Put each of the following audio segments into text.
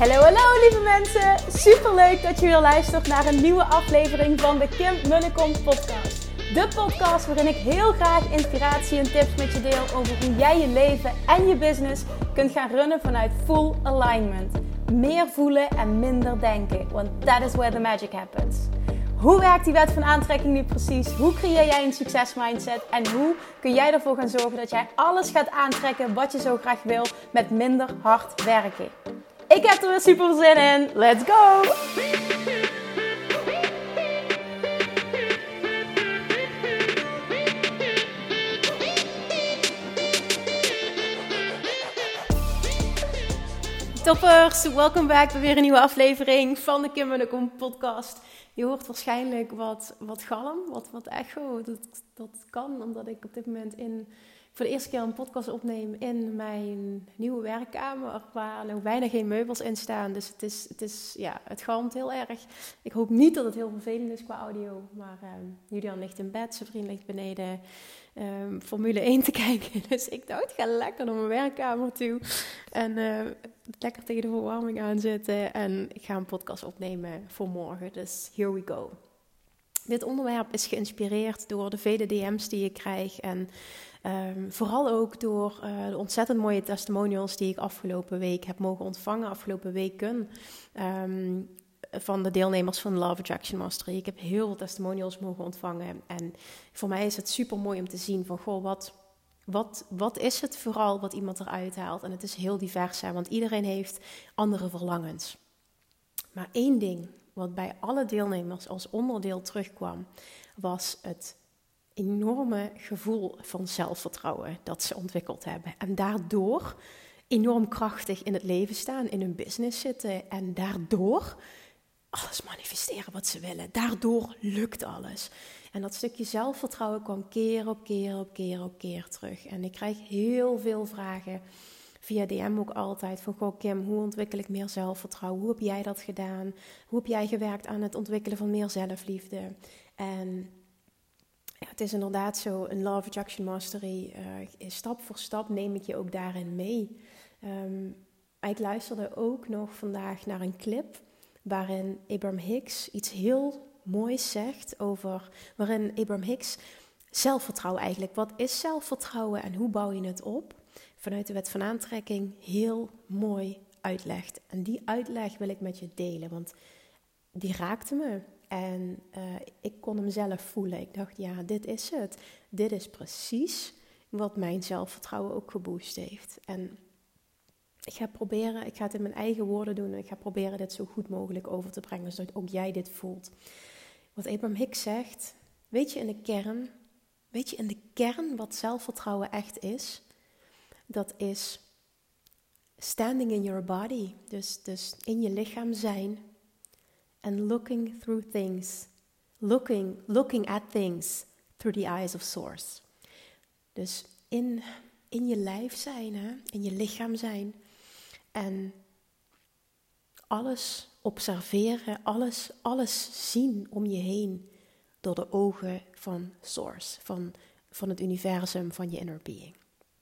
Hallo lieve mensen, superleuk dat je weer luistert naar een nieuwe aflevering van de Kim Munnekom podcast. De podcast waarin ik heel graag inspiratie en tips met je deel over hoe jij je leven en je business kunt gaan runnen vanuit full alignment. Meer voelen en minder denken, want that is where the magic happens. Hoe werkt die wet van aantrekking nu precies? Hoe creëer jij een succesmindset? En hoe kun jij ervoor gaan zorgen dat jij alles gaat aantrekken wat je zo graag wil met minder hard werken? Ik heb er weer super zin in. Let's go! Toppers, welkom back bij weer een nieuwe aflevering van de Kim Munnekom podcast. Je hoort waarschijnlijk wat galm, wat echo. Dat kan omdat ik op dit moment voor de eerste keer een podcast opneem in mijn nieuwe werkkamer, waar nog bijna geen meubels in staan. Dus het galmt heel erg. Ik hoop niet dat het heel vervelend is qua audio, maar Julian ligt in bed, zijn vriend ligt beneden Formule 1 te kijken. Dus ik dacht, ga lekker naar mijn werkkamer toe en lekker tegen de verwarming aanzetten. En ik ga een podcast opnemen voor morgen, dus here we go. Dit onderwerp is geïnspireerd door de vele DM's die ik krijg en vooral ook door de ontzettend mooie testimonials die ik afgelopen week heb mogen ontvangen, afgelopen weken, van de deelnemers van Law of Attraction Mastery. Ik heb heel veel testimonials mogen ontvangen en voor mij is het super mooi om te zien van, goh, wat is het vooral wat iemand eruit haalt? En het is heel divers, hè, want iedereen heeft andere verlangens. Maar één ding wat bij alle deelnemers als onderdeel terugkwam, was het enorme gevoel van zelfvertrouwen dat ze ontwikkeld hebben. En daardoor enorm krachtig in het leven staan, in hun business zitten en daardoor alles manifesteren wat ze willen. Daardoor lukt alles. En dat stukje zelfvertrouwen kwam keer op keer terug. En ik krijg heel veel vragen via DM ook altijd van, goh Kim, hoe ontwikkel ik meer zelfvertrouwen? Hoe heb jij dat gedaan? Hoe heb jij gewerkt aan het ontwikkelen van meer zelfliefde? En ja, het is inderdaad zo, een Law of Attraction Mastery, stap voor stap neem ik je ook daarin mee. Ik luisterde ook nog vandaag naar een clip waarin Abraham Hicks iets heel moois zegt waarin Abraham Hicks zelfvertrouwen eigenlijk, wat is zelfvertrouwen en hoe bouw je het op? Vanuit de wet van aantrekking heel mooi uitlegt. En die uitleg wil ik met je delen, want die raakte me. En ik kon hem zelf voelen. Ik dacht, ja, dit is het. Dit is precies wat mijn zelfvertrouwen ook geboost heeft. En ik ga het in mijn eigen woorden doen en ik ga proberen dit zo goed mogelijk over te brengen, zodat ook jij dit voelt. Wat Abraham Hicks zegt, weet je in de kern wat zelfvertrouwen echt is? Dat is standing in your body, dus in je lichaam zijn en looking through things, looking at things through the eyes of source. Dus in je lijf zijn, hè? In je lichaam zijn en alles observeren, alles zien om je heen door de ogen van source, van het universum, van je inner being.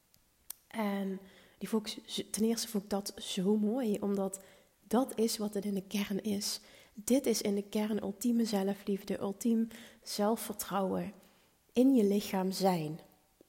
En ten eerste vond ik dat zo mooi, omdat dat is wat het in de kern is. Dit is in de kern ultieme zelfliefde, ultiem zelfvertrouwen. In je lichaam zijn.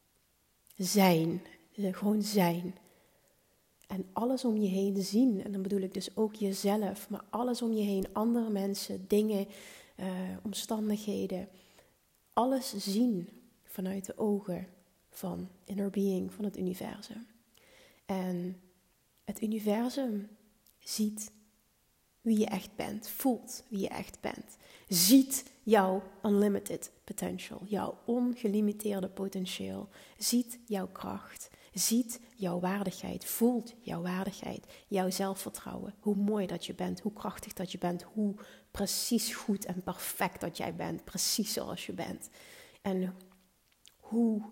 Gewoon zijn. En alles om je heen zien. En dan bedoel ik dus ook jezelf, maar alles om je heen. Andere mensen, dingen, omstandigheden. Alles zien vanuit de ogen van inner being, van het universum. En het universum ziet wie je echt bent, voelt wie je echt bent. Ziet jouw unlimited potential, jouw ongelimiteerde potentieel. Ziet jouw kracht, ziet jouw waardigheid, voelt jouw waardigheid, jouw zelfvertrouwen. Hoe mooi dat je bent, hoe krachtig dat je bent, hoe precies goed en perfect dat jij bent, precies zoals je bent. En hoe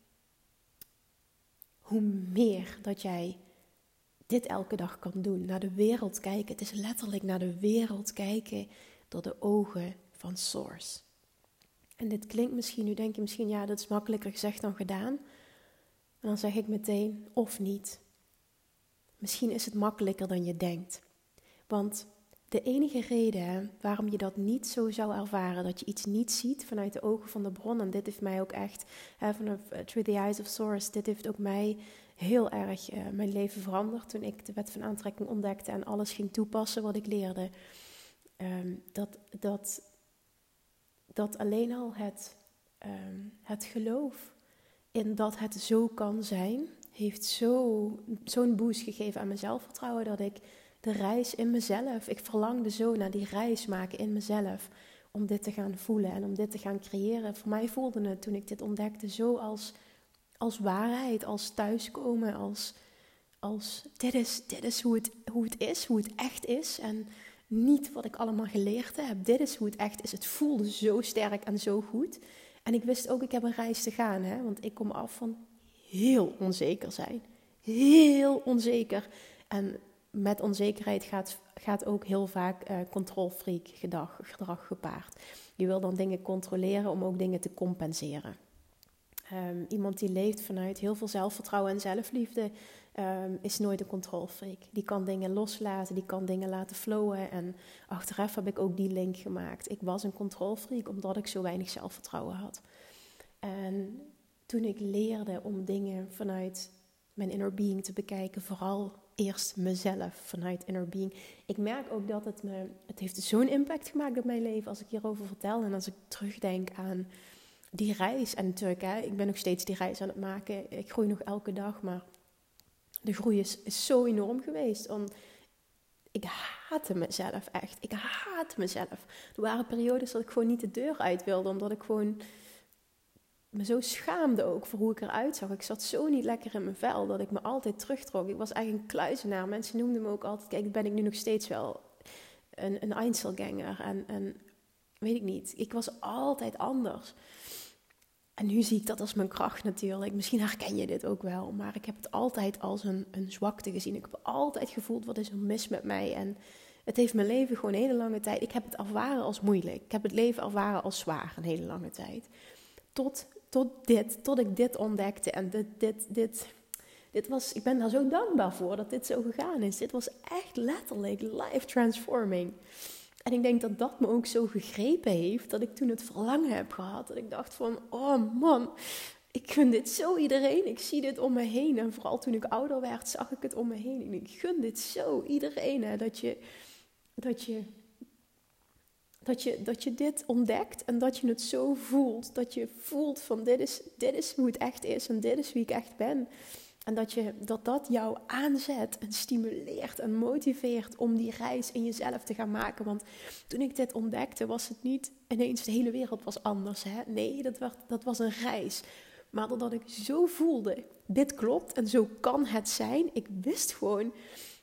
meer dat jij dit elke dag kan doen, naar de wereld kijken. Het is letterlijk naar de wereld kijken door de ogen van Source. En dit klinkt misschien, nu denk je misschien, ja, dat is makkelijker gezegd dan gedaan. En dan zeg ik meteen, of niet. Misschien is het makkelijker dan je denkt. Want de enige reden waarom je dat niet zo zou ervaren, dat je iets niet ziet vanuit de ogen van de bron, en dit heeft mij ook echt, vanaf Through the Eyes of Source, dit heeft ook mij heel erg mijn leven veranderd toen ik de wet van aantrekking ontdekte en alles ging toepassen wat ik leerde. Dat alleen al het geloof in dat het zo kan zijn, heeft zo'n boost gegeven aan mijn zelfvertrouwen, dat ik de reis in mezelf, ik verlangde zo naar die reis maken in mezelf, om dit te gaan voelen en om dit te gaan creëren. Voor mij voelde het, toen ik dit ontdekte, zo als waarheid, als thuiskomen, als dit is hoe het is, hoe het echt is. En niet wat ik allemaal geleerd heb. Dit is hoe het echt is. Het voelde zo sterk en zo goed. En ik wist ook, ik heb een reis te gaan. Want ik kom af van heel onzeker zijn. Heel onzeker. En met onzekerheid gaat ook heel vaak controlfreak gedrag gepaard. Je wil dan dingen controleren om ook dingen te compenseren. Iemand die leeft vanuit heel veel zelfvertrouwen en zelfliefde is nooit een controlfreak. Die kan dingen loslaten, die kan dingen laten flowen. En achteraf heb ik ook die link gemaakt. Ik was een controlfreak omdat ik zo weinig zelfvertrouwen had. En toen ik leerde om dingen vanuit mijn inner being te bekijken, vooral eerst mezelf vanuit inner being. Ik merk ook dat het heeft zo'n impact gemaakt op mijn leven als ik hierover vertel en als ik terugdenk aan die reis. En natuurlijk, ik ben nog steeds die reis aan het maken. Ik groei nog elke dag, maar de groei is zo enorm geweest. Ik haatte mezelf echt. Ik haatte mezelf. Er waren periodes dat ik gewoon niet de deur uit wilde, omdat ik gewoon me zo schaamde ook voor hoe ik eruit zag. Ik zat zo niet lekker in mijn vel, dat ik me altijd terugtrok. Ik was eigenlijk een kluizenaar. Mensen noemden me ook altijd, kijk, ben ik nu nog steeds wel een Einzelganger. En weet ik niet, ik was altijd anders. En nu zie ik dat als mijn kracht natuurlijk. Misschien herken je dit ook wel. Maar ik heb het altijd als een zwakte gezien. Ik heb altijd gevoeld, wat is er mis met mij? En het heeft mijn leven gewoon een hele lange tijd. Ik heb het ervaren als moeilijk. Ik heb het leven ervaren als zwaar een hele lange tijd. Tot ik dit ontdekte. En dit was, ik ben daar zo dankbaar voor dat dit zo gegaan is. Dit was echt letterlijk life transforming. En ik denk dat dat me ook zo gegrepen heeft, dat ik toen het verlangen heb gehad. Dat ik dacht van, oh man, ik gun dit zo iedereen. Ik zie dit om me heen. En vooral toen ik ouder werd, zag ik het om me heen. Ik gun dit zo iedereen. Hè, dat je dit ontdekt en dat je het zo voelt. Dat je voelt van, dit is hoe het echt is en dit is wie ik echt ben. En dat jou aanzet en stimuleert en motiveert om die reis in jezelf te gaan maken. Want toen ik dit ontdekte, was het niet ineens de hele wereld was anders. Hè? Nee, dat was een reis. Maar doordat ik zo voelde, dit klopt en zo kan het zijn. Ik wist gewoon,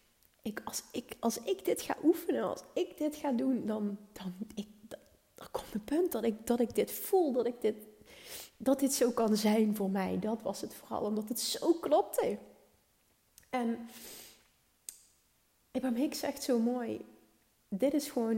als ik dit ga oefenen, als ik dit ga doen, dan komt het punt dat ik dit voel, dat dit zo kan zijn voor mij. Dat was het vooral, omdat het zo klopte. En Abraham Hicks zegt zo mooi, dit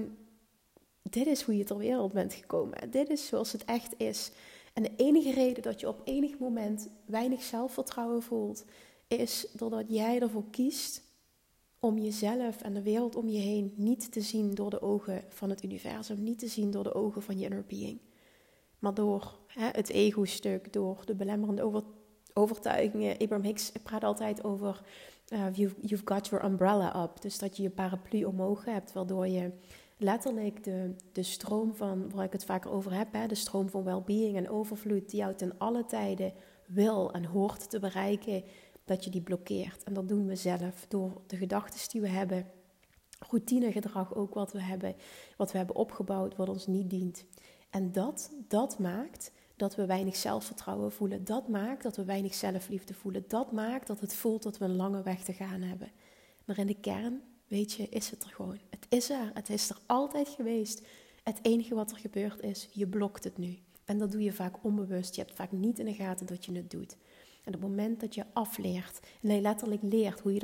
is hoe je ter wereld bent gekomen. Dit is zoals het echt is. En de enige reden dat je op enig moment weinig zelfvertrouwen voelt, is doordat jij ervoor kiest om jezelf en de wereld om je heen niet te zien door de ogen van het universum, niet te zien door de ogen van je inner being. Maar door het ego-stuk, door de belemmerende overtuigingen. Abraham Hicks praat altijd over you've got your umbrella up. Dus dat je je paraplu omhoog hebt, waardoor je letterlijk de stroom van, waar ik het vaker over heb, de stroom van well-being en overvloed, die jou ten alle tijden wil en hoort te bereiken, dat je die blokkeert. En dat doen we zelf door de gedachten die we hebben, routinegedrag ook wat we hebben opgebouwd, wat ons niet dient. En dat maakt dat we weinig zelfvertrouwen voelen. Dat maakt dat we weinig zelfliefde voelen. Dat maakt dat het voelt dat we een lange weg te gaan hebben. Maar in de kern, weet je, is het er gewoon. Het is er. Het is er altijd geweest. Het enige wat er gebeurd is, je blokt het nu. En dat doe je vaak onbewust. Je hebt vaak niet in de gaten dat je het doet. En op het moment dat je afleert, en je letterlijk leert hoe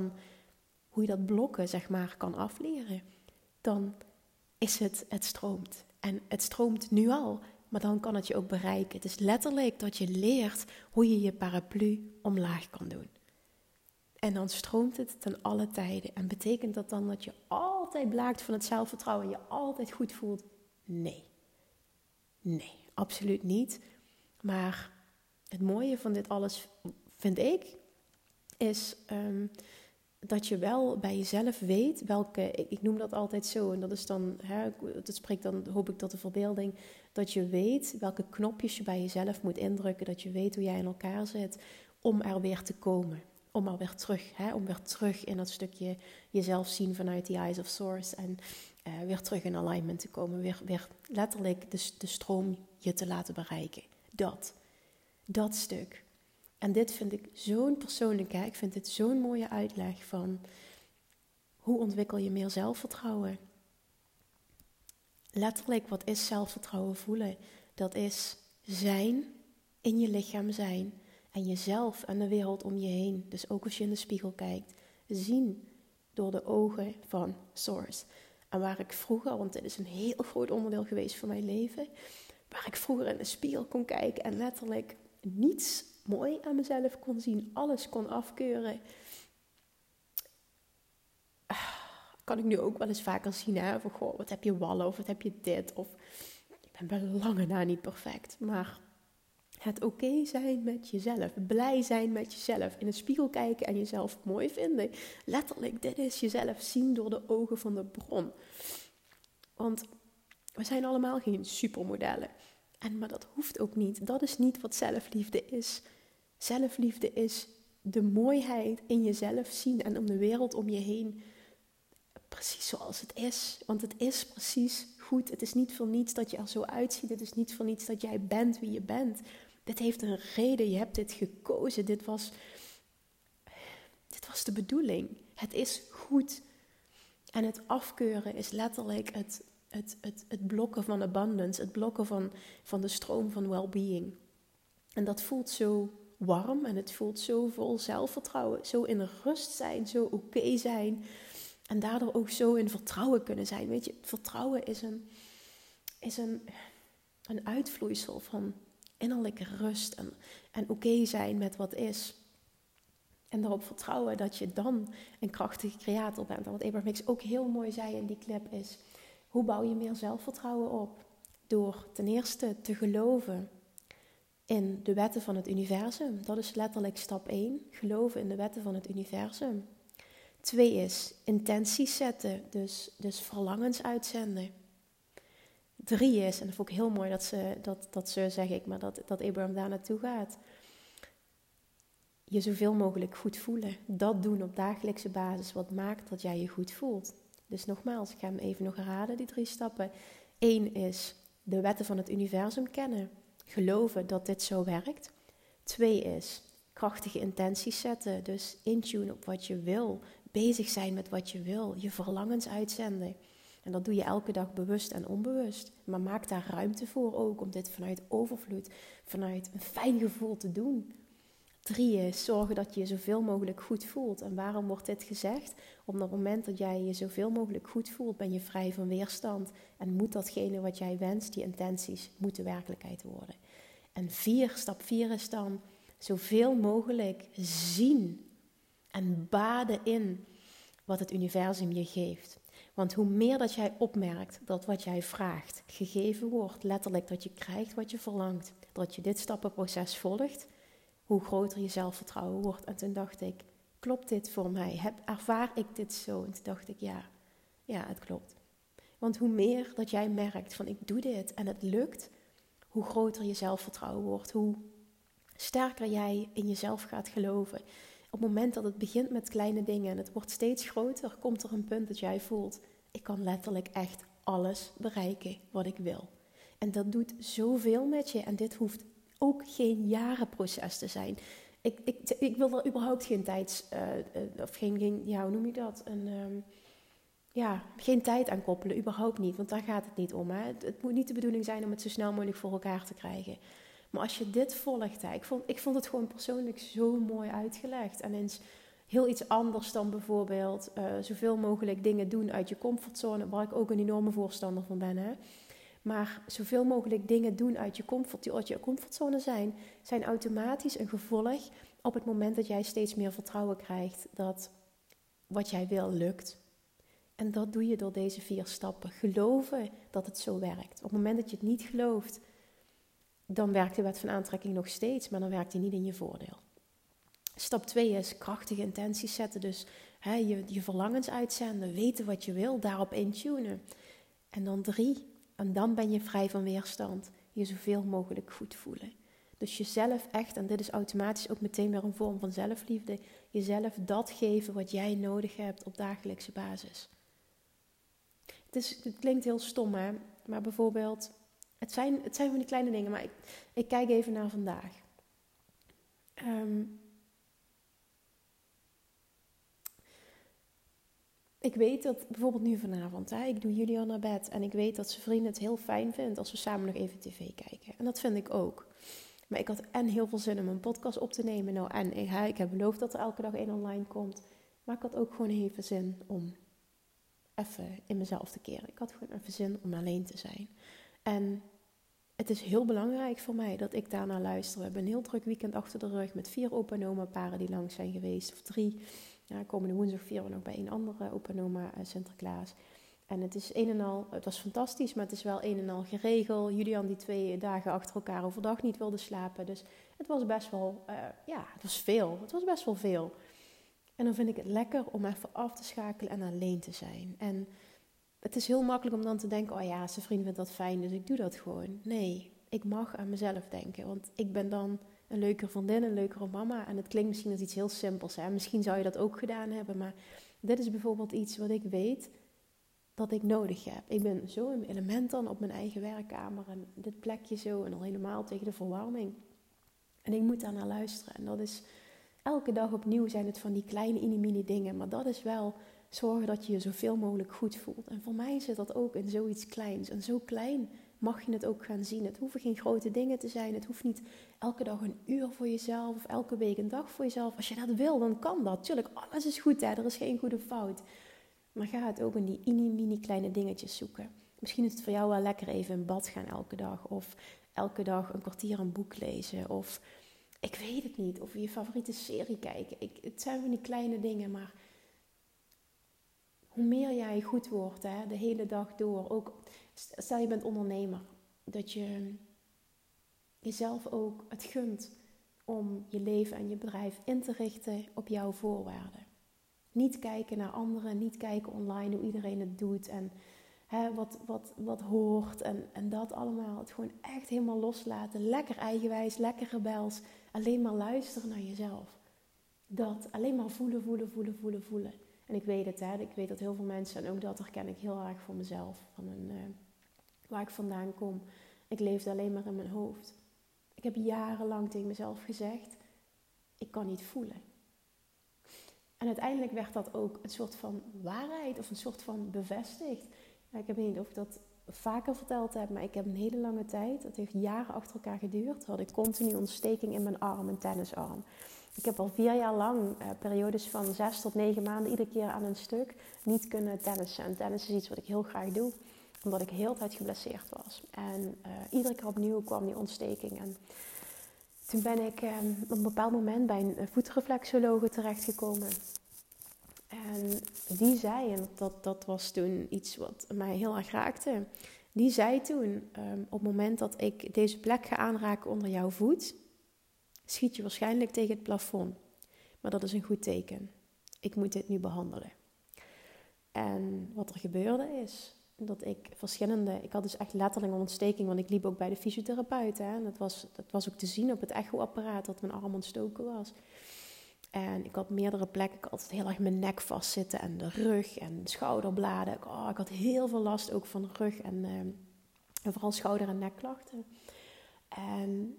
je dat blokken, zeg maar, kan afleren, dan is het stroomt. En het stroomt nu al, maar dan kan het je ook bereiken. Het is letterlijk dat je leert hoe je je paraplu omlaag kan doen. En dan stroomt het ten alle tijden. En betekent dat dan dat je altijd blaakt van het zelfvertrouwen en je altijd goed voelt? Nee. Nee, absoluut niet. Maar het mooie van dit alles, vind ik, is dat je wel bij jezelf weet welke, ik noem dat altijd zo, en dat is dan, dat spreekt dan, hoop ik, tot de verbeelding, dat je weet welke knopjes je bij jezelf moet indrukken, dat je weet hoe jij in elkaar zit om er weer te komen. Om er weer terug, om weer terug in dat stukje jezelf zien vanuit the eyes of source en weer terug in alignment te komen, weer letterlijk de stroom je te laten bereiken. Dat stuk. En dit vind ik zo'n persoonlijke, ik vind dit zo'n mooie uitleg van hoe ontwikkel je meer zelfvertrouwen. Letterlijk, wat is zelfvertrouwen voelen? Dat is zijn, in je lichaam zijn en jezelf en de wereld om je heen. Dus ook als je in de spiegel kijkt, zien door de ogen van Source. En waar ik vroeger, want dit is een heel groot onderdeel geweest van mijn leven, waar ik vroeger in de spiegel kon kijken en letterlijk niets mooi aan mezelf kon zien, alles kon afkeuren, kan ik nu ook wel eens vaker zien, van goh, wat heb je wallen of wat heb je dit, of ik ben bij lange na niet perfect, maar het oké zijn met jezelf, blij zijn met jezelf, in de spiegel kijken en jezelf mooi vinden, letterlijk, dit is jezelf zien door de ogen van de bron, want we zijn allemaal geen supermodellen. Maar dat hoeft ook niet. Dat is niet wat zelfliefde is. Zelfliefde is de mooiheid in jezelf zien en om de wereld om je heen precies zoals het is. Want het is precies goed. Het is niet voor niets dat je er zo uitziet. Het is niet voor niets dat jij bent wie je bent. Dit heeft een reden. Je hebt dit gekozen. Dit was de bedoeling. Het is goed. En het afkeuren is letterlijk het blokken van abundance, het blokken van de stroom van well-being. En dat voelt zo warm en het voelt zo vol zelfvertrouwen, zo in rust zijn, zo oké zijn. En daardoor ook zo in vertrouwen kunnen zijn. Weet je, vertrouwen is een uitvloeisel van innerlijke rust en oké zijn met wat is. En daarop vertrouwen dat je dan een krachtige creator bent. En wat Abraham Hicks ook heel mooi zei in die clip is, hoe bouw je meer zelfvertrouwen op? Door ten eerste te geloven in de wetten van het universum. Dat is letterlijk stap 1. Geloven in de wetten van het universum. 2 is intenties zetten. Dus verlangens uitzenden. 3 is, en dat vond ik heel mooi dat zeg ik, maar dat Abraham daar naartoe gaat. Je zoveel mogelijk goed voelen. Dat doen op dagelijkse basis. Wat maakt dat jij je goed voelt. Dus nogmaals, ik ga hem even nog herhalen, die 3 stappen. 1 is de wetten van het universum kennen. Geloven dat dit zo werkt. 2 is krachtige intenties zetten. Dus intune op wat je wil. Bezig zijn met wat je wil. Je verlangens uitzenden. En dat doe je elke dag bewust en onbewust. Maar maak daar ruimte voor ook om dit vanuit overvloed, vanuit een fijn gevoel te doen. 3 is zorgen dat je je zoveel mogelijk goed voelt. En waarom wordt dit gezegd? Op het moment dat jij je zoveel mogelijk goed voelt, ben je vrij van weerstand. En moet datgene wat jij wenst, die intenties, moeten werkelijkheid worden. En stap 4 is dan zoveel mogelijk zien en baden in wat het universum je geeft. Want hoe meer dat jij opmerkt dat wat jij vraagt gegeven wordt, letterlijk dat je krijgt wat je verlangt, dat je dit stappenproces volgt, hoe groter je zelfvertrouwen wordt. En toen dacht ik, klopt dit voor mij? Ervaar ik dit zo? En toen dacht ik, ja, het klopt. Want hoe meer dat jij merkt van ik doe dit en het lukt, hoe groter je zelfvertrouwen wordt, hoe sterker jij in jezelf gaat geloven. Op het moment dat het begint met kleine dingen en het wordt steeds groter, komt er een punt dat jij voelt, ik kan letterlijk echt alles bereiken wat ik wil. En dat doet zoveel met je en dit hoeft ook geen jarenproces te zijn. Ik wil er überhaupt geen geen tijd aan koppelen, überhaupt niet, want daar gaat het niet om. Hè. Het moet niet de bedoeling zijn om het zo snel mogelijk voor elkaar te krijgen. Maar als je dit volgt, ik vond het gewoon persoonlijk zo mooi uitgelegd. En eens heel iets anders dan bijvoorbeeld zoveel mogelijk dingen doen uit je comfortzone, waar ik ook een enorme voorstander van ben. Hè. Maar zoveel mogelijk dingen doen uit je comfortzone zijn automatisch een gevolg op het moment dat jij steeds meer vertrouwen krijgt dat wat jij wil lukt. En dat doe je door deze 4 stappen. Geloven dat het zo werkt. Op het moment dat je het niet gelooft, dan werkt de wet van aantrekking nog steeds, maar dan werkt die niet in je voordeel. Stap 2 is krachtige intenties zetten. Dus je verlangens uitzenden, weten wat je wil, daarop intunen. En dan 3, en dan ben je vrij van weerstand, je zoveel mogelijk goed voelen. Dus jezelf echt, en dit is automatisch ook meteen weer een vorm van zelfliefde, jezelf dat geven wat jij nodig hebt op dagelijkse basis. Het klinkt heel stom, hè? Maar bijvoorbeeld, het zijn van die kleine dingen, maar ik kijk even naar vandaag. Ik weet dat bijvoorbeeld nu vanavond, ik doe Julian naar bed en ik weet dat zijn vriend het heel fijn vindt als we samen nog even tv kijken. En dat vind ik ook. Maar ik had heel veel zin om een podcast op te nemen. Nou, en ik heb beloofd dat er elke dag 1 online komt. Maar ik had ook gewoon even zin om even in mezelf te keren. Ik had gewoon even zin om alleen te zijn. En het is heel belangrijk voor mij dat ik daarnaar luister. We hebben een heel druk weekend achter de rug met 4 opa en oma paren die langs zijn geweest. Of 3. Ja, komende woensdag vieren we nog bij een andere opa en oma Sinterklaas. En het is het was fantastisch, maar het is wel een en al geregeld. Julian die 2 dagen achter elkaar overdag niet wilde slapen. Dus het was best wel, het was veel. Het was best wel veel. En dan vind ik het lekker om even af te schakelen en alleen te zijn. En het is heel makkelijk om dan te denken, zijn vriend vindt dat fijn, dus ik doe dat gewoon. Nee, ik mag aan mezelf denken, want ik ben dan een leukere vriendin, een leukere mama. En het klinkt misschien als iets heel simpels, hè? Misschien zou je dat ook gedaan hebben, maar dit is bijvoorbeeld iets wat ik weet dat ik nodig heb. Ik ben zo in mijn element dan op mijn eigen werkkamer en dit plekje zo en al helemaal tegen de verwarming. En ik moet daar naar luisteren. En dat is elke dag opnieuw zijn het van die kleine mini dingen, maar dat is wel zorgen dat je je zoveel mogelijk goed voelt. En voor mij zit dat ook in zoiets kleins. En zo klein mag je het ook gaan zien. Het hoeven geen grote dingen te zijn. Het hoeft niet elke dag 1 uur voor jezelf of elke week een dag voor jezelf. Als je dat wil, dan kan dat. Tuurlijk, alles is goed, hè? Er is geen goede fout. Maar ga het ook in die mini kleine dingetjes zoeken. Misschien is het voor jou wel lekker even in bad gaan elke dag. Of elke dag een kwartier een boek lezen. Of ik weet het niet. Of je favoriete serie kijken. Het zijn van die kleine dingen, maar hoe meer jij goed wordt, de hele dag door. Ook, stel je bent ondernemer. Dat je jezelf ook het gunt om je leven en je bedrijf in te richten op jouw voorwaarden. Niet kijken naar anderen, niet kijken online hoe iedereen het doet en wat hoort en dat allemaal. Het gewoon echt helemaal loslaten. Lekker eigenwijs, lekker rebels. Alleen maar luisteren naar jezelf. Dat, alleen maar voelen. En ik weet het, ik weet dat heel veel mensen, en ook dat herken ik heel erg voor mezelf, waar ik vandaan kom. Ik leefde alleen maar in mijn hoofd. Ik heb jarenlang tegen mezelf gezegd, ik kan niet voelen. En uiteindelijk werd dat ook een soort van waarheid of een soort van bevestigd. Ja, ik weet niet of ik dat vaker verteld heb, maar ik heb een hele lange tijd, dat heeft jaren achter elkaar geduurd, had ik continu ontsteking in mijn arm, een tennisarm. Ik heb al 4 jaar lang, periodes van 6 tot 9 maanden, iedere keer aan een stuk, niet kunnen tennissen. En tennis is iets wat ik heel graag doe, omdat ik heel de tijd geblesseerd was. En iedere keer opnieuw kwam die ontsteking. En toen ben ik op een bepaald moment bij een voetreflexologe terechtgekomen. En die zei, en dat was toen iets wat mij heel erg raakte. Die zei toen, op het moment dat ik deze plek ga aanraken onder jouw voet, schiet je waarschijnlijk tegen het plafond. Maar dat is een goed teken. Ik moet dit nu behandelen. En wat er gebeurde is dat ik had dus echt letterlijk een ontsteking, want ik liep ook bij de fysiotherapeut. En dat was ook te zien op het echoapparaat dat mijn arm ontstoken was. En ik had meerdere plekken, ik had altijd heel erg mijn nek vastzitten en de rug en schouderbladen. Ik had heel veel last ook van de rug en vooral schouder- en nekklachten. En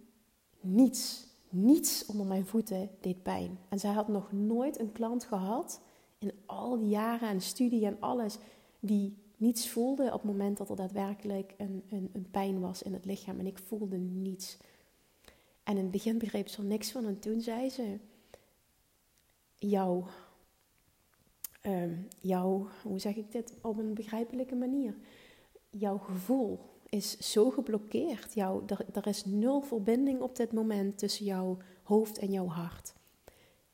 niets onder mijn voeten deed pijn. En zij had nog nooit een klant gehad, in al die jaren en studie en alles, die niets voelde op het moment dat er daadwerkelijk een pijn was in het lichaam. En ik voelde niets. En in het begin begreep ze er niks van. En toen zei ze, hoe zeg ik dit op een begrijpelijke manier? Jouw gevoel is zo geblokkeerd. Er is 0 verbinding op dit moment tussen jouw hoofd en jouw hart.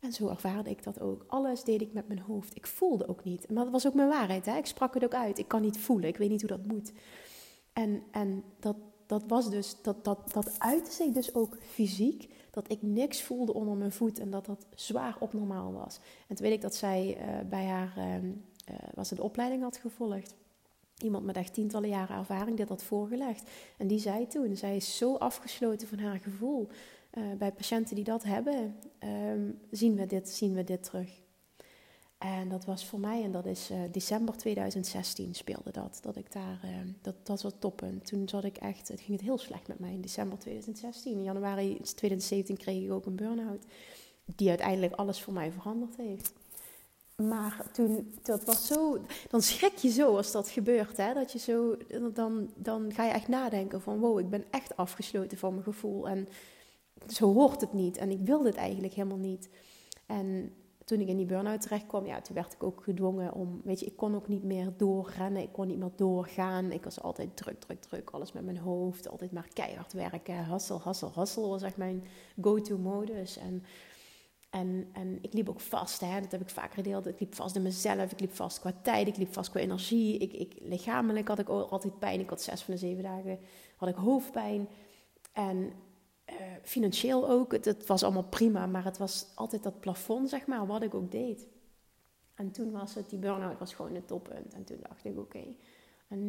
En zo ervaarde ik dat ook. Alles deed ik met mijn hoofd. Ik voelde ook niet. Maar dat was ook mijn waarheid. Hè? Ik sprak het ook uit. Ik kan niet voelen. Ik weet niet hoe dat moet. En dat was dus, dat uitte zich dus ook fysiek. Dat ik niks voelde onder mijn voet. En dat zwaar abnormaal was. En toen weet ik dat zij bij haar, was het de opleiding had gevolgd. Iemand met echt tientallen jaren ervaring, dit had voorgelegd. En die zei toen, zij is zo afgesloten van haar gevoel. Bij patiënten die dat hebben, zien we dit terug. En dat was voor mij, en dat is december 2016 speelde dat. Dat ik daar, dat was het toppunt. Toen zat ik echt, het ging het heel slecht met mij in december 2016. In januari 2017 kreeg ik ook een burn-out. Die uiteindelijk alles voor mij veranderd heeft. Maar toen, dat was zo, dan schrik je zo als dat gebeurt. Hè? Dat je zo, dan ga je echt nadenken van wow, ik ben echt afgesloten van mijn gevoel. En zo hoort het niet. En ik wilde het eigenlijk helemaal niet. En toen ik in die burn-out terecht kwam, ja, toen werd ik ook gedwongen om, weet je, ik kon ook niet meer doorrennen. Ik kon niet meer doorgaan. Ik was altijd druk. Alles met mijn hoofd. Altijd maar keihard werken. Hustle was echt mijn go-to-modus. En ik liep ook vast, hè? Dat heb ik vaak gedeeld. Ik liep vast in mezelf, ik liep vast qua tijd, ik liep vast qua energie. Lichamelijk had ik altijd pijn. Ik had 6 van de 7 dagen had ik hoofdpijn. En financieel ook. Het was allemaal prima, maar het was altijd dat plafond, zeg maar, wat ik ook deed. En toen was het, die burn-out was gewoon het toppunt. En toen dacht ik, oké, en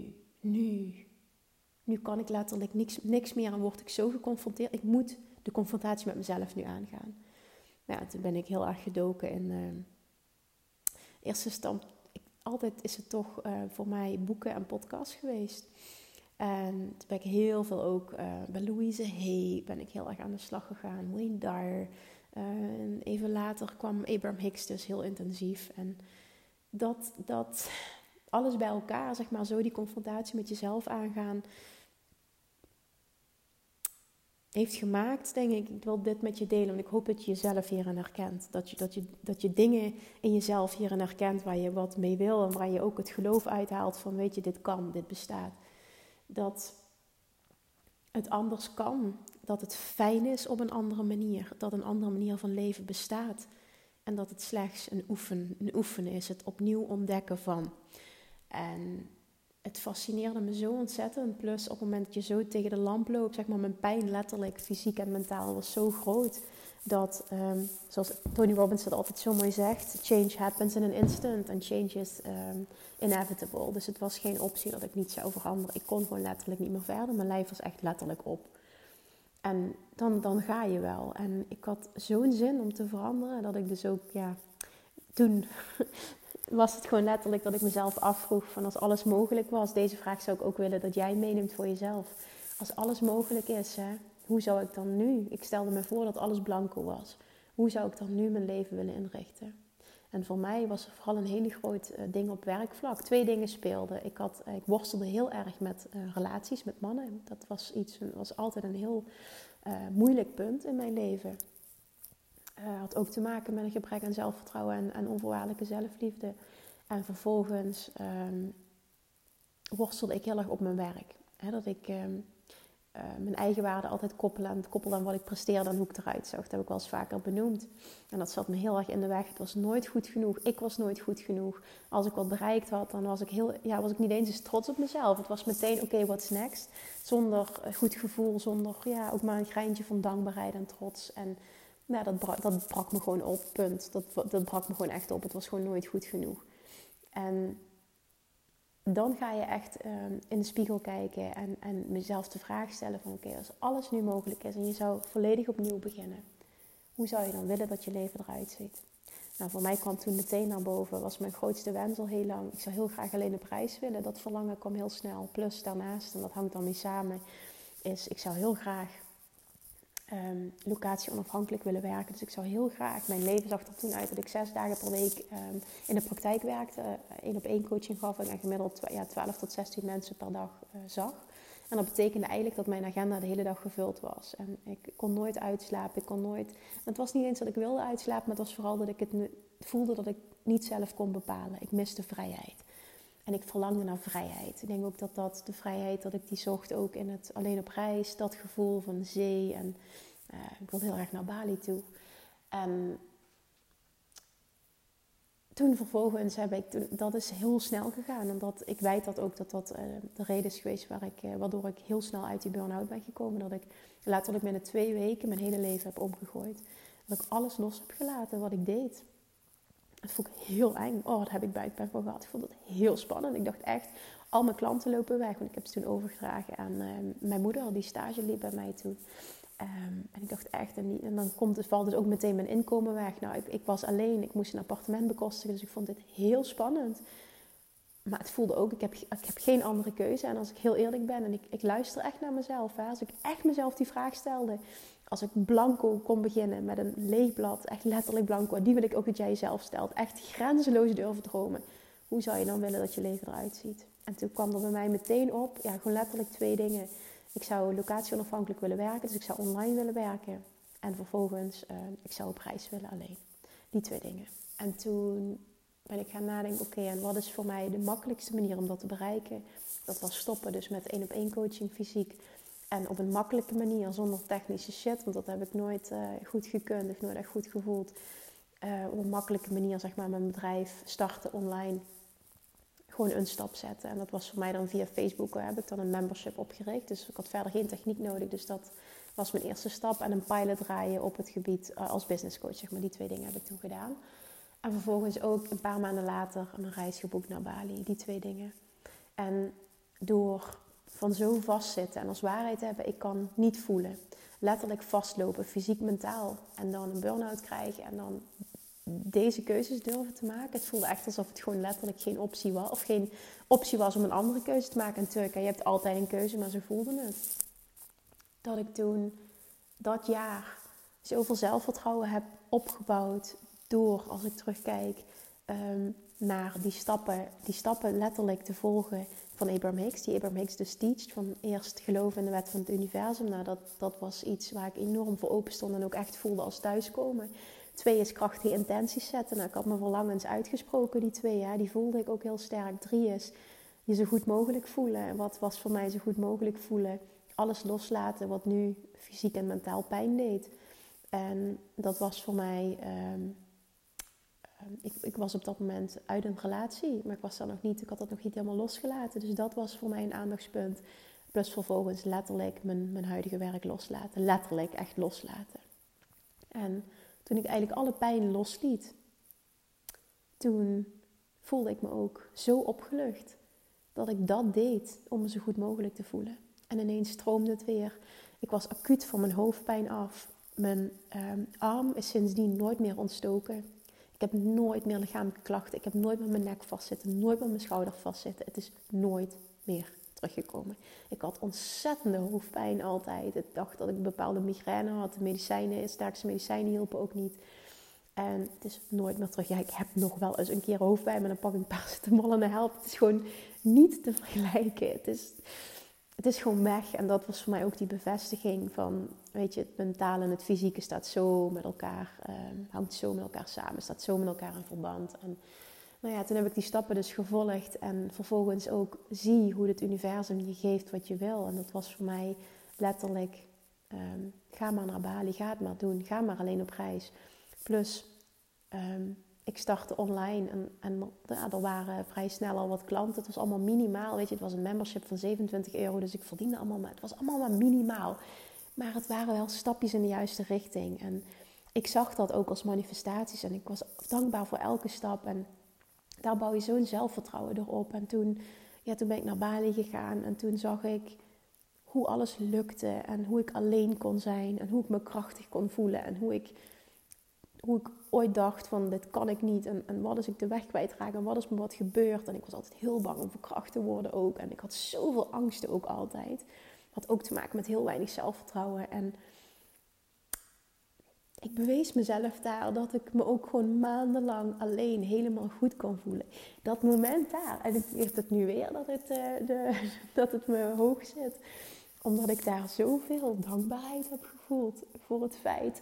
nu kan ik letterlijk niks meer en word ik zo geconfronteerd. Ik moet de confrontatie met mezelf nu aangaan. Nou, toen ben ik heel erg gedoken in eerste stand. Altijd is het toch voor mij boeken en podcasts geweest. En toen ben ik heel veel ook bij Louise Hay ben ik heel erg aan de slag gegaan. Wayne Dyer. En even later kwam Abraham Hicks dus heel intensief. En dat alles bij elkaar, zeg maar, zo die confrontatie met jezelf aangaan, heeft gemaakt, denk ik wil dit met je delen, want ik hoop dat je jezelf hierin herkent. Dat je dingen in jezelf hierin herkent waar je wat mee wil en waar je ook het geloof uithaalt van, weet je, dit kan, dit bestaat. Dat het anders kan, dat het fijn is op een andere manier, dat een andere manier van leven bestaat. En dat het slechts een oefenen is, het opnieuw ontdekken van. En het fascineerde me zo ontzettend. Plus op het moment dat je zo tegen de lamp loopt, zeg maar, mijn pijn letterlijk, fysiek en mentaal was zo groot. Dat, zoals Tony Robbins dat altijd zo mooi zegt, change happens in an instant and change is inevitable. Dus het was geen optie dat ik niet zou veranderen. Ik kon gewoon letterlijk niet meer verder. Mijn lijf was echt letterlijk op. En dan ga je wel. En ik had zo'n zin om te veranderen, dat ik dus ook, ja, toen was het gewoon letterlijk dat ik mezelf afvroeg van als alles mogelijk was. Deze vraag zou ik ook willen dat jij meeneemt voor jezelf. Als alles mogelijk is, hè, hoe zou ik dan nu? Ik stelde me voor dat alles blanco was. Hoe zou ik dan nu mijn leven willen inrichten? En voor mij was er vooral een hele groot ding op werkvlak. 2 dingen speelden. Ik worstelde heel erg met relaties met mannen. Dat was altijd een heel moeilijk punt in mijn leven. Had ook te maken met een gebrek aan zelfvertrouwen en onvoorwaardelijke zelfliefde. En vervolgens worstelde ik heel erg op mijn werk. Dat ik mijn eigen waarde altijd koppelde aan wat ik presteerde en hoe ik eruit zag. Dat heb ik wel eens vaker benoemd. En dat zat me heel erg in de weg. Het was nooit goed genoeg. Ik was nooit goed genoeg. Als ik wat bereikt had, dan was ik niet eens trots op mezelf. Het was meteen, oké, what's next? Zonder goed gevoel, zonder ook maar een greintje van dankbaarheid en trots. En nou, dat brak me gewoon op, punt. Dat brak me gewoon echt op. Het was gewoon nooit goed genoeg. En dan ga je echt in de spiegel kijken en mezelf de vraag stellen van oké, als alles nu mogelijk is en je zou volledig opnieuw beginnen, hoe zou je dan willen dat je leven eruit ziet? Nou, voor mij kwam toen meteen naar boven, was mijn grootste wens al heel lang. Ik zou heel graag alleen op reis willen. Dat verlangen kwam heel snel. Plus daarnaast, en dat hangt dan mee samen, is ik zou heel graag locatie onafhankelijk willen werken. Dus ik zou heel graag, mijn leven zag er toen uit dat ik 6 dagen per week in de praktijk werkte. 1-op-1 coaching gaf en gemiddeld 12 tot 16 mensen per dag zag. En dat betekende eigenlijk dat mijn agenda de hele dag gevuld was. En ik kon nooit uitslapen. Het was niet eens dat ik wilde uitslapen, maar het was vooral dat ik het voelde dat ik niet zelf kon bepalen. Ik miste vrijheid. En ik verlangde naar vrijheid. Ik denk ook dat de vrijheid dat ik die zocht ook in het alleen op reis. Dat gevoel van zee. En ik wilde heel erg naar Bali toe. En toen vervolgens dat is heel snel gegaan. Omdat ik weet dat ook dat de reden is geweest waardoor ik heel snel uit die burn-out ben gekomen. Dat ik letterlijk binnen 2 weken mijn hele leven heb omgegooid. Dat ik alles los heb gelaten wat ik deed. Dat vond ik heel eng. Oh, daar heb ik buikpijn van gehad. Ik vond het heel spannend. Ik dacht echt, al mijn klanten lopen weg. Want ik heb ze toen overgedragen aan mijn moeder, die stage liep bij mij toen. En ik dacht echt, en dan valt dus ook meteen mijn inkomen weg. Nou, ik was alleen, ik moest een appartement bekostigen, dus ik vond dit heel spannend. Maar het voelde ook, ik heb geen andere keuze. En als ik heel eerlijk ben, en ik luister echt naar mezelf. Hè, als ik echt mezelf die vraag stelde, als ik blanco kon beginnen met een leeg blad, echt letterlijk blanco. Die wil ik ook dat jij jezelf stelt. Echt grenzeloos durven dromen. Hoe zou je dan willen dat je leven eruit ziet? En toen kwam er bij mij meteen op, ja, gewoon letterlijk 2 dingen. Ik zou locatie onafhankelijk willen werken, dus ik zou online willen werken. En vervolgens, ik zou op reis willen alleen. Die 2 dingen. En toen ben ik gaan nadenken, oké, en wat is voor mij de makkelijkste manier om dat te bereiken? Dat was stoppen, dus met 1-op-1 coaching fysiek. En op een makkelijke manier, zonder technische shit, want dat heb ik nooit goed gekund, of nooit echt goed gevoeld. Op een makkelijke manier, zeg maar, mijn bedrijf starten online. Gewoon een stap zetten. En dat was voor mij dan via Facebook, heb ik dan een membership opgericht. Dus ik had verder geen techniek nodig. Dus dat was mijn eerste stap. En een pilot draaien op het gebied als business coach, zeg maar. Die 2 dingen heb ik toen gedaan. En vervolgens ook een paar maanden later een reis geboekt naar Bali. Die 2 dingen. En door van zo vastzitten en als waarheid hebben, ik kan niet voelen. Letterlijk vastlopen, fysiek, mentaal. En dan een burn-out krijgen en dan deze keuzes durven te maken. Het voelde echt alsof het gewoon letterlijk geen optie was. Of geen optie was om een andere keuze te maken. En Turka, je hebt altijd een keuze, maar zo voelde het. Dat ik toen dat jaar zoveel zelfvertrouwen heb opgebouwd door, als ik terugkijk, naar die stappen letterlijk te volgen van Abraham Hicks. Die Abraham Hicks dus teacht van eerst geloven in de wet van het universum. Nou, dat was iets waar ik enorm voor open stond en ook echt voelde als thuiskomen. 2 is krachtige intenties zetten. Nou, ik had mijn verlangens uitgesproken, die 2. Ja, die voelde ik ook heel sterk. 3 is je zo goed mogelijk voelen. En wat was voor mij zo goed mogelijk voelen? Alles loslaten wat nu fysiek en mentaal pijn deed. En dat was voor mij... Ik was op dat moment uit een relatie, maar ik had dat nog niet helemaal losgelaten. Dus dat was voor mij een aandachtspunt. Plus vervolgens letterlijk mijn huidige werk loslaten. Letterlijk echt loslaten. En toen ik eigenlijk alle pijn losliet, toen voelde ik me ook zo opgelucht dat ik dat deed om me zo goed mogelijk te voelen. En ineens stroomde het weer. Ik was acuut van mijn hoofdpijn af. Mijn arm is sindsdien nooit meer ontstoken. Ik heb nooit meer lichamelijke klachten. Ik heb nooit meer mijn nek vastzitten. Nooit meer mijn schouder vastzitten. Het is nooit meer teruggekomen. Ik had ontzettende hoofdpijn altijd. Ik dacht dat ik een bepaalde migraine had. De sterkste medicijnen hielpen ook niet. En het is nooit meer terug. Ja, ik heb nog wel eens een keer hoofdpijn, maar dan pak ik een paracetamol en dan helpt. Het is gewoon niet te vergelijken. Het is gewoon weg. En dat was voor mij ook die bevestiging van, weet je, het mentale en het fysieke staat zo met elkaar, hangt zo met elkaar samen, staat zo met elkaar in verband. En nou ja, toen heb ik die stappen dus gevolgd en vervolgens ook zie hoe het universum je geeft wat je wil. En dat was voor mij letterlijk, ga maar naar Bali, ga het maar doen, ga maar alleen op reis. Plus, ik startte online en er waren vrij snel al wat klanten. Het was allemaal minimaal, weet je. Het was een membership van €27, dus ik verdiende allemaal maar. Het was allemaal maar minimaal. Maar het waren wel stapjes in de juiste richting. En ik zag dat ook als manifestaties en ik was dankbaar voor elke stap. En daar bouw je zo'n zelfvertrouwen door op. En toen ben ik naar Bali gegaan en toen zag ik hoe alles lukte. En hoe ik alleen kon zijn en hoe ik me krachtig kon voelen. En hoe ik ooit dacht van dit kan ik niet en wat als ik de weg kwijtraak en wat is me wat gebeurt. En ik was altijd heel bang om verkracht te worden ook. En ik had zoveel angsten ook altijd. Had ook te maken met heel weinig zelfvertrouwen. En ik bewees mezelf daar dat ik me ook gewoon maandenlang alleen helemaal goed kon voelen. Dat moment daar, en ik weet het nu weer dat het me hoog zit. Omdat ik daar zoveel dankbaarheid heb gevoeld voor het feit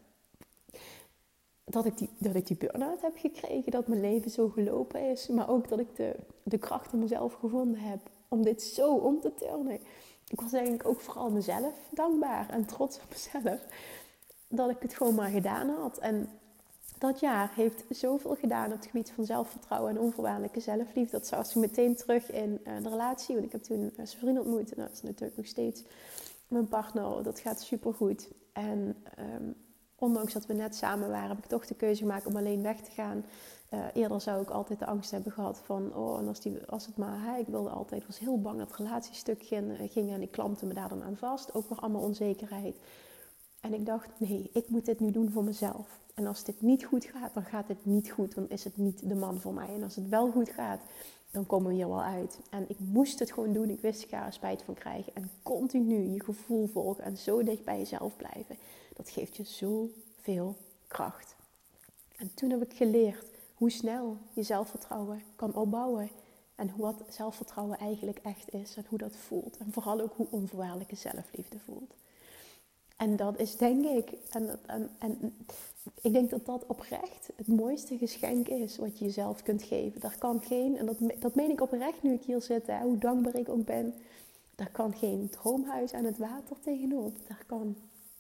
dat ik die burn-out heb gekregen, dat mijn leven zo gelopen is. Maar ook dat ik de kracht in mezelf gevonden heb om dit zo om te turnen. Ik was eigenlijk ook vooral mezelf dankbaar en trots op mezelf. Dat ik het gewoon maar gedaan had. En dat jaar heeft zoveel gedaan op het gebied van zelfvertrouwen en onvoorwaardelijke zelfliefde. Dat zag je meteen terug in de relatie. Want ik heb toen zijn vriend ontmoet. En dat is natuurlijk nog steeds mijn partner. Dat gaat supergoed. En ondanks dat we net samen waren, heb ik toch de keuze gemaakt om alleen weg te gaan. Eerder zou ik altijd de angst hebben gehad van, en als het maar, ik wilde altijd, was heel bang dat het relatiestuk ging en ik klampte me daar dan aan vast. Ook nog allemaal onzekerheid. En ik dacht, nee, ik moet dit nu doen voor mezelf. En als dit niet goed gaat, dan gaat het niet goed. Dan is het niet de man voor mij. En als het wel goed gaat, dan komen we hier wel uit. En ik moest het gewoon doen. Ik wist, ik ga er spijt van krijgen. En continu je gevoel volgen en zo dicht bij jezelf blijven. Dat geeft je zoveel kracht. En toen heb ik geleerd hoe snel je zelfvertrouwen kan opbouwen. En wat zelfvertrouwen eigenlijk echt is. En hoe dat voelt. En vooral ook hoe onvoorwaardelijke zelfliefde voelt. En dat is denk ik, en ik denk dat dat oprecht het mooiste geschenk is wat je jezelf kunt geven. Daar kan geen, en dat meen ik oprecht nu ik hier zit, hoe dankbaar ik ook ben. Daar kan geen droomhuis aan het water tegenop. Daar kan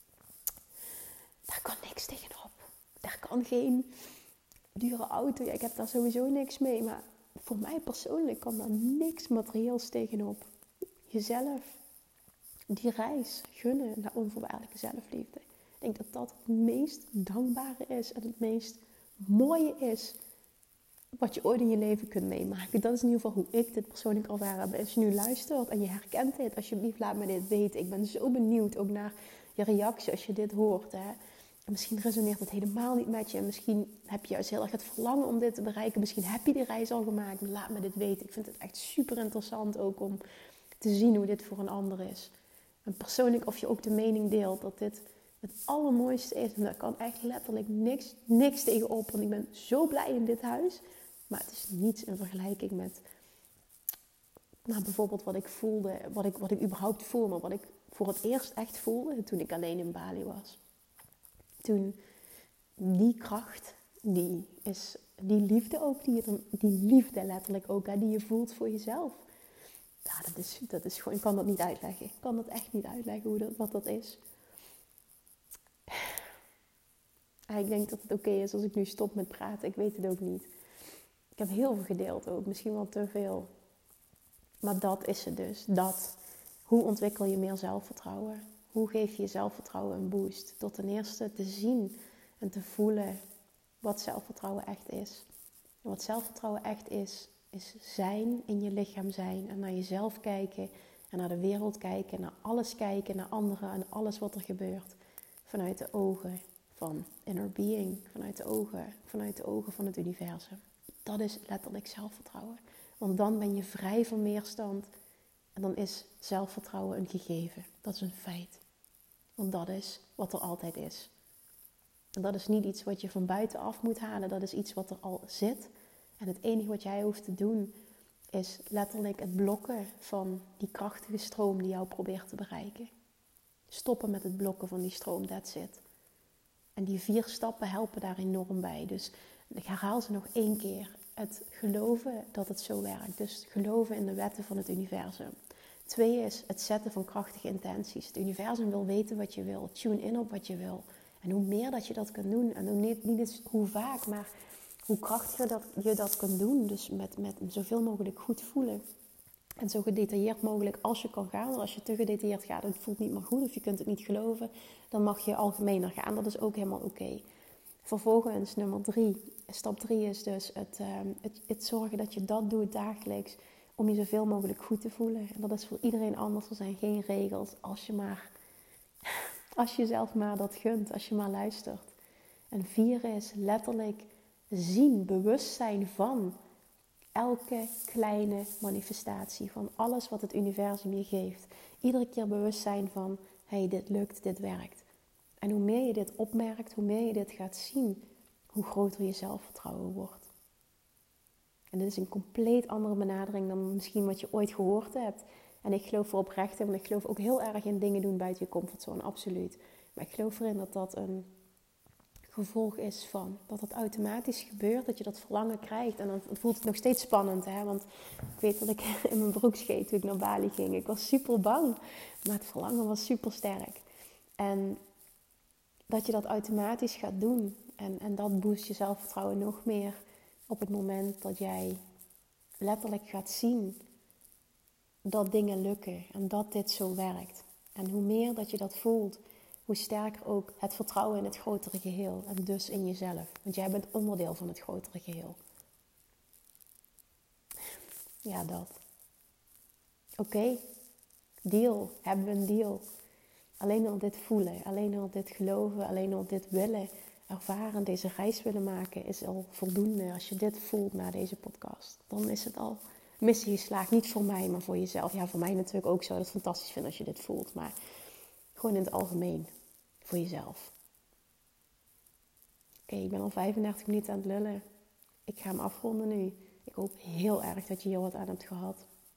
niks tegenop. Daar kan geen dure auto. Ja, ik heb daar sowieso niks mee. Maar voor mij persoonlijk kan daar niks materieels tegenop. Jezelf. Die reis gunnen naar onvoorwaardelijke zelfliefde. Ik denk dat dat het meest dankbare is en het meest mooie is wat je ooit in je leven kunt meemaken. Dat is in ieder geval hoe ik dit persoonlijk ervaren heb. Als je nu luistert en je herkent dit, alsjeblieft laat me dit weten. Ik ben zo benieuwd ook naar je reactie als je dit hoort. Hè. Misschien resoneert het helemaal niet met je. En misschien heb je juist heel erg het verlangen om dit te bereiken. Misschien heb je die reis al gemaakt. Maar laat me dit weten. Ik vind het echt super interessant ook om te zien hoe dit voor een ander is. En persoonlijk of je ook de mening deelt dat dit het allermooiste is. En daar kan echt letterlijk niks tegenop. Want ik ben zo blij in dit huis. Maar het is niets in vergelijking met bijvoorbeeld wat ik voelde. Wat ik überhaupt voel. Maar wat ik voor het eerst echt voelde toen ik alleen in Bali was. Toen die kracht, die liefde ook. Die liefde letterlijk ook. Die je voelt voor jezelf. Ja, dat is gewoon, ik kan dat niet uitleggen. Ik kan dat echt niet uitleggen wat dat is. Ik denk dat het oké is als ik nu stop met praten. Ik weet het ook niet. Ik heb heel veel gedeeld ook. Misschien wel te veel. Maar dat is het dus. Hoe ontwikkel je meer zelfvertrouwen? Hoe geef je zelfvertrouwen een boost? Door ten eerste te zien en te voelen wat zelfvertrouwen echt is. En wat zelfvertrouwen echt is zijn, in je lichaam zijn. En naar jezelf kijken. En naar de wereld kijken. Naar alles kijken. Naar anderen. En alles wat er gebeurt. Vanuit de ogen van inner being. Vanuit de ogen van het universum. Dat is letterlijk zelfvertrouwen. Want dan ben je vrij van weerstand. En dan is zelfvertrouwen een gegeven. Dat is een feit. Want dat is wat er altijd is. En dat is niet iets wat je van buitenaf moet halen. Dat is iets wat er al zit. En het enige wat jij hoeft te doen is letterlijk het blokken van die krachtige stroom die jou probeert te bereiken. Stoppen met het blokken van die stroom, that's it. En die 4 stappen helpen daar enorm bij. Dus ik herhaal ze nog 1 keer. Het geloven dat het zo werkt. Dus geloven in de wetten van het universum. 2 is het zetten van krachtige intenties. Het universum wil weten wat je wil. Tune in op wat je wil. En hoe meer dat je dat kan doen. En niet eens hoe vaak, maar hoe krachtiger je dat kan doen. Dus met zoveel mogelijk goed voelen. En zo gedetailleerd mogelijk als je kan gaan. Want als je te gedetailleerd gaat en het voelt niet meer goed. Of je kunt het niet geloven. Dan mag je algemener gaan. Dat is ook helemaal oké. Vervolgens nummer 3. Stap 3 is dus het zorgen dat je dat doet dagelijks. Om je zoveel mogelijk goed te voelen. En dat is voor iedereen anders. Er zijn geen regels. Als je zelf maar dat gunt. Als je maar luistert. En 4 is letterlijk zien. Bewust zijn van elke kleine manifestatie. Van alles wat het universum je geeft. Iedere keer bewust zijn van. Hey, dit lukt, dit werkt. En hoe meer je dit opmerkt. Hoe meer je dit gaat zien. Hoe groter je zelfvertrouwen wordt. En dit is een compleet andere benadering dan misschien wat je ooit gehoord hebt. En ik geloof voor oprecht, want ik geloof ook heel erg in dingen doen buiten je comfortzone, absoluut. Maar ik geloof erin dat dat een gevolg is van. Dat het automatisch gebeurt, dat je dat verlangen krijgt. En dan voelt het nog steeds spannend, hè. Want ik weet dat ik in mijn broek scheet toen ik naar Bali ging. Ik was super bang, maar het verlangen was super sterk. En dat je dat automatisch gaat doen. En dat boost je zelfvertrouwen nog meer op het moment dat jij letterlijk gaat zien dat dingen lukken en dat dit zo werkt. En hoe meer dat je dat voelt, hoe sterker ook het vertrouwen in het grotere geheel. En dus in jezelf. Want jij bent onderdeel van het grotere geheel. Ja, dat. Oké, deal. Hebben we een deal. Alleen al dit voelen, alleen al dit geloven, alleen al dit willen ervaren, deze reis willen maken, is al voldoende. Als je dit voelt na deze podcast, dan is het al missie geslaagd. Niet voor mij, maar voor jezelf. Ja, voor mij natuurlijk ook. Zou het fantastisch vinden als je dit voelt. Maar gewoon in het algemeen. Voor jezelf. Oké, ik ben al 35 minuten aan het lullen. Ik ga hem afronden nu. Ik hoop heel erg dat je hier wat aan hebt gehad.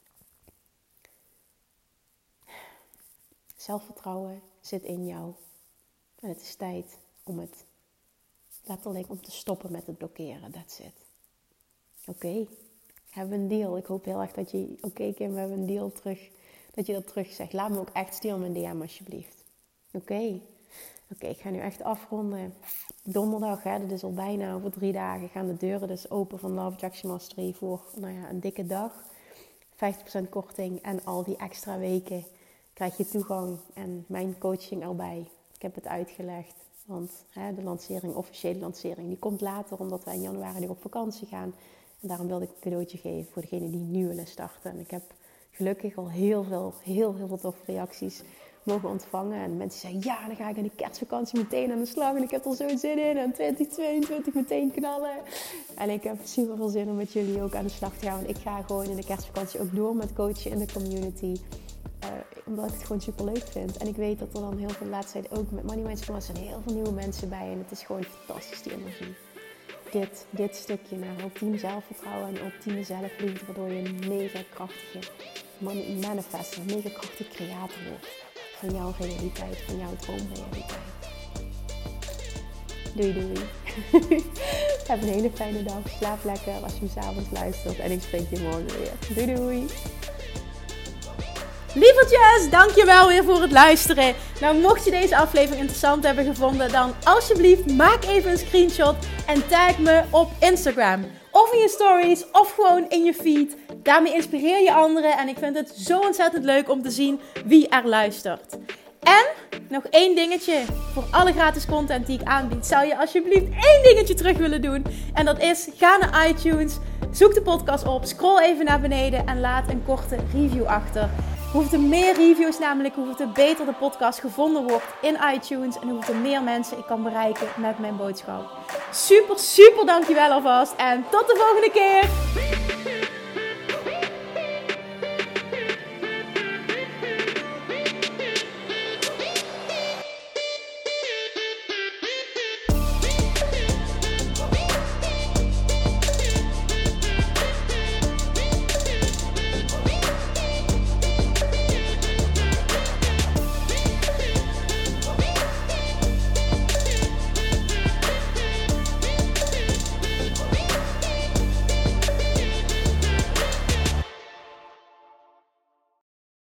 Zelfvertrouwen zit in jou. En het is tijd om het letterlijk om te stoppen met het blokkeren. That's it. Oké. Hebben we een deal? Ik hoop heel erg dat je... Oké, Kim, we hebben een deal terug. Dat je dat terug zegt. Laat me ook echt sturen in mijn DM alsjeblieft. Oké, ik ga nu echt afronden. Donderdag, dat is al bijna over 3 dagen, gaan de deuren dus open van Love Attraction Mastery voor een dikke dag. 50% korting en al die extra weken krijg je toegang en mijn coaching erbij. Ik heb het uitgelegd, want de lancering, officiële lancering, die komt later omdat wij in januari nu op vakantie gaan. En daarom wilde ik een cadeautje geven voor degenen die nu willen starten. En ik heb gelukkig al heel veel toffe reacties mogen ontvangen. En mensen zeggen, ja, dan ga ik in de kerstvakantie meteen aan de slag. En ik heb er zo zin in. En 2022 meteen knallen. En ik heb super veel zin om met jullie ook aan de slag te gaan. Want ik ga gewoon in de kerstvakantie ook door met coachen in de community. Omdat ik het gewoon super leuk vind. En ik weet dat er dan heel veel, laatst tijd ook met Money Mindset, er zijn heel veel nieuwe mensen bij. En het is gewoon fantastisch, die energie. Dit stukje naar ultiem zelfvertrouwen en ultieme zelfliefde. Waardoor je een mega krachtige manifester, een mega krachtige creator wordt. Van jouw realiteit, van jouw droomrealiteit. Doei. Heb een hele fijne dag. Slaap lekker als je hem 's avonds luistert. En ik spreek je morgen weer. Doei. Lievertjes, dankjewel weer voor het luisteren. Nou, mocht je deze aflevering interessant hebben gevonden, dan alsjeblieft maak even een screenshot en tag me op Instagram. Of in je stories, of gewoon in je feed. Daarmee inspireer je anderen en ik vind het zo ontzettend leuk om te zien wie er luistert. En nog 1 dingetje voor alle gratis content die ik aanbied. Zou je alsjeblieft 1 dingetje terug willen doen? En dat is, ga naar iTunes, zoek de podcast op, scroll even naar beneden en laat een korte review achter. Hoe er meer reviews namelijk, hoe er beter de podcast gevonden wordt in iTunes. En hoe er meer mensen ik kan bereiken met mijn boodschap. Super dankjewel alvast. En tot de volgende keer.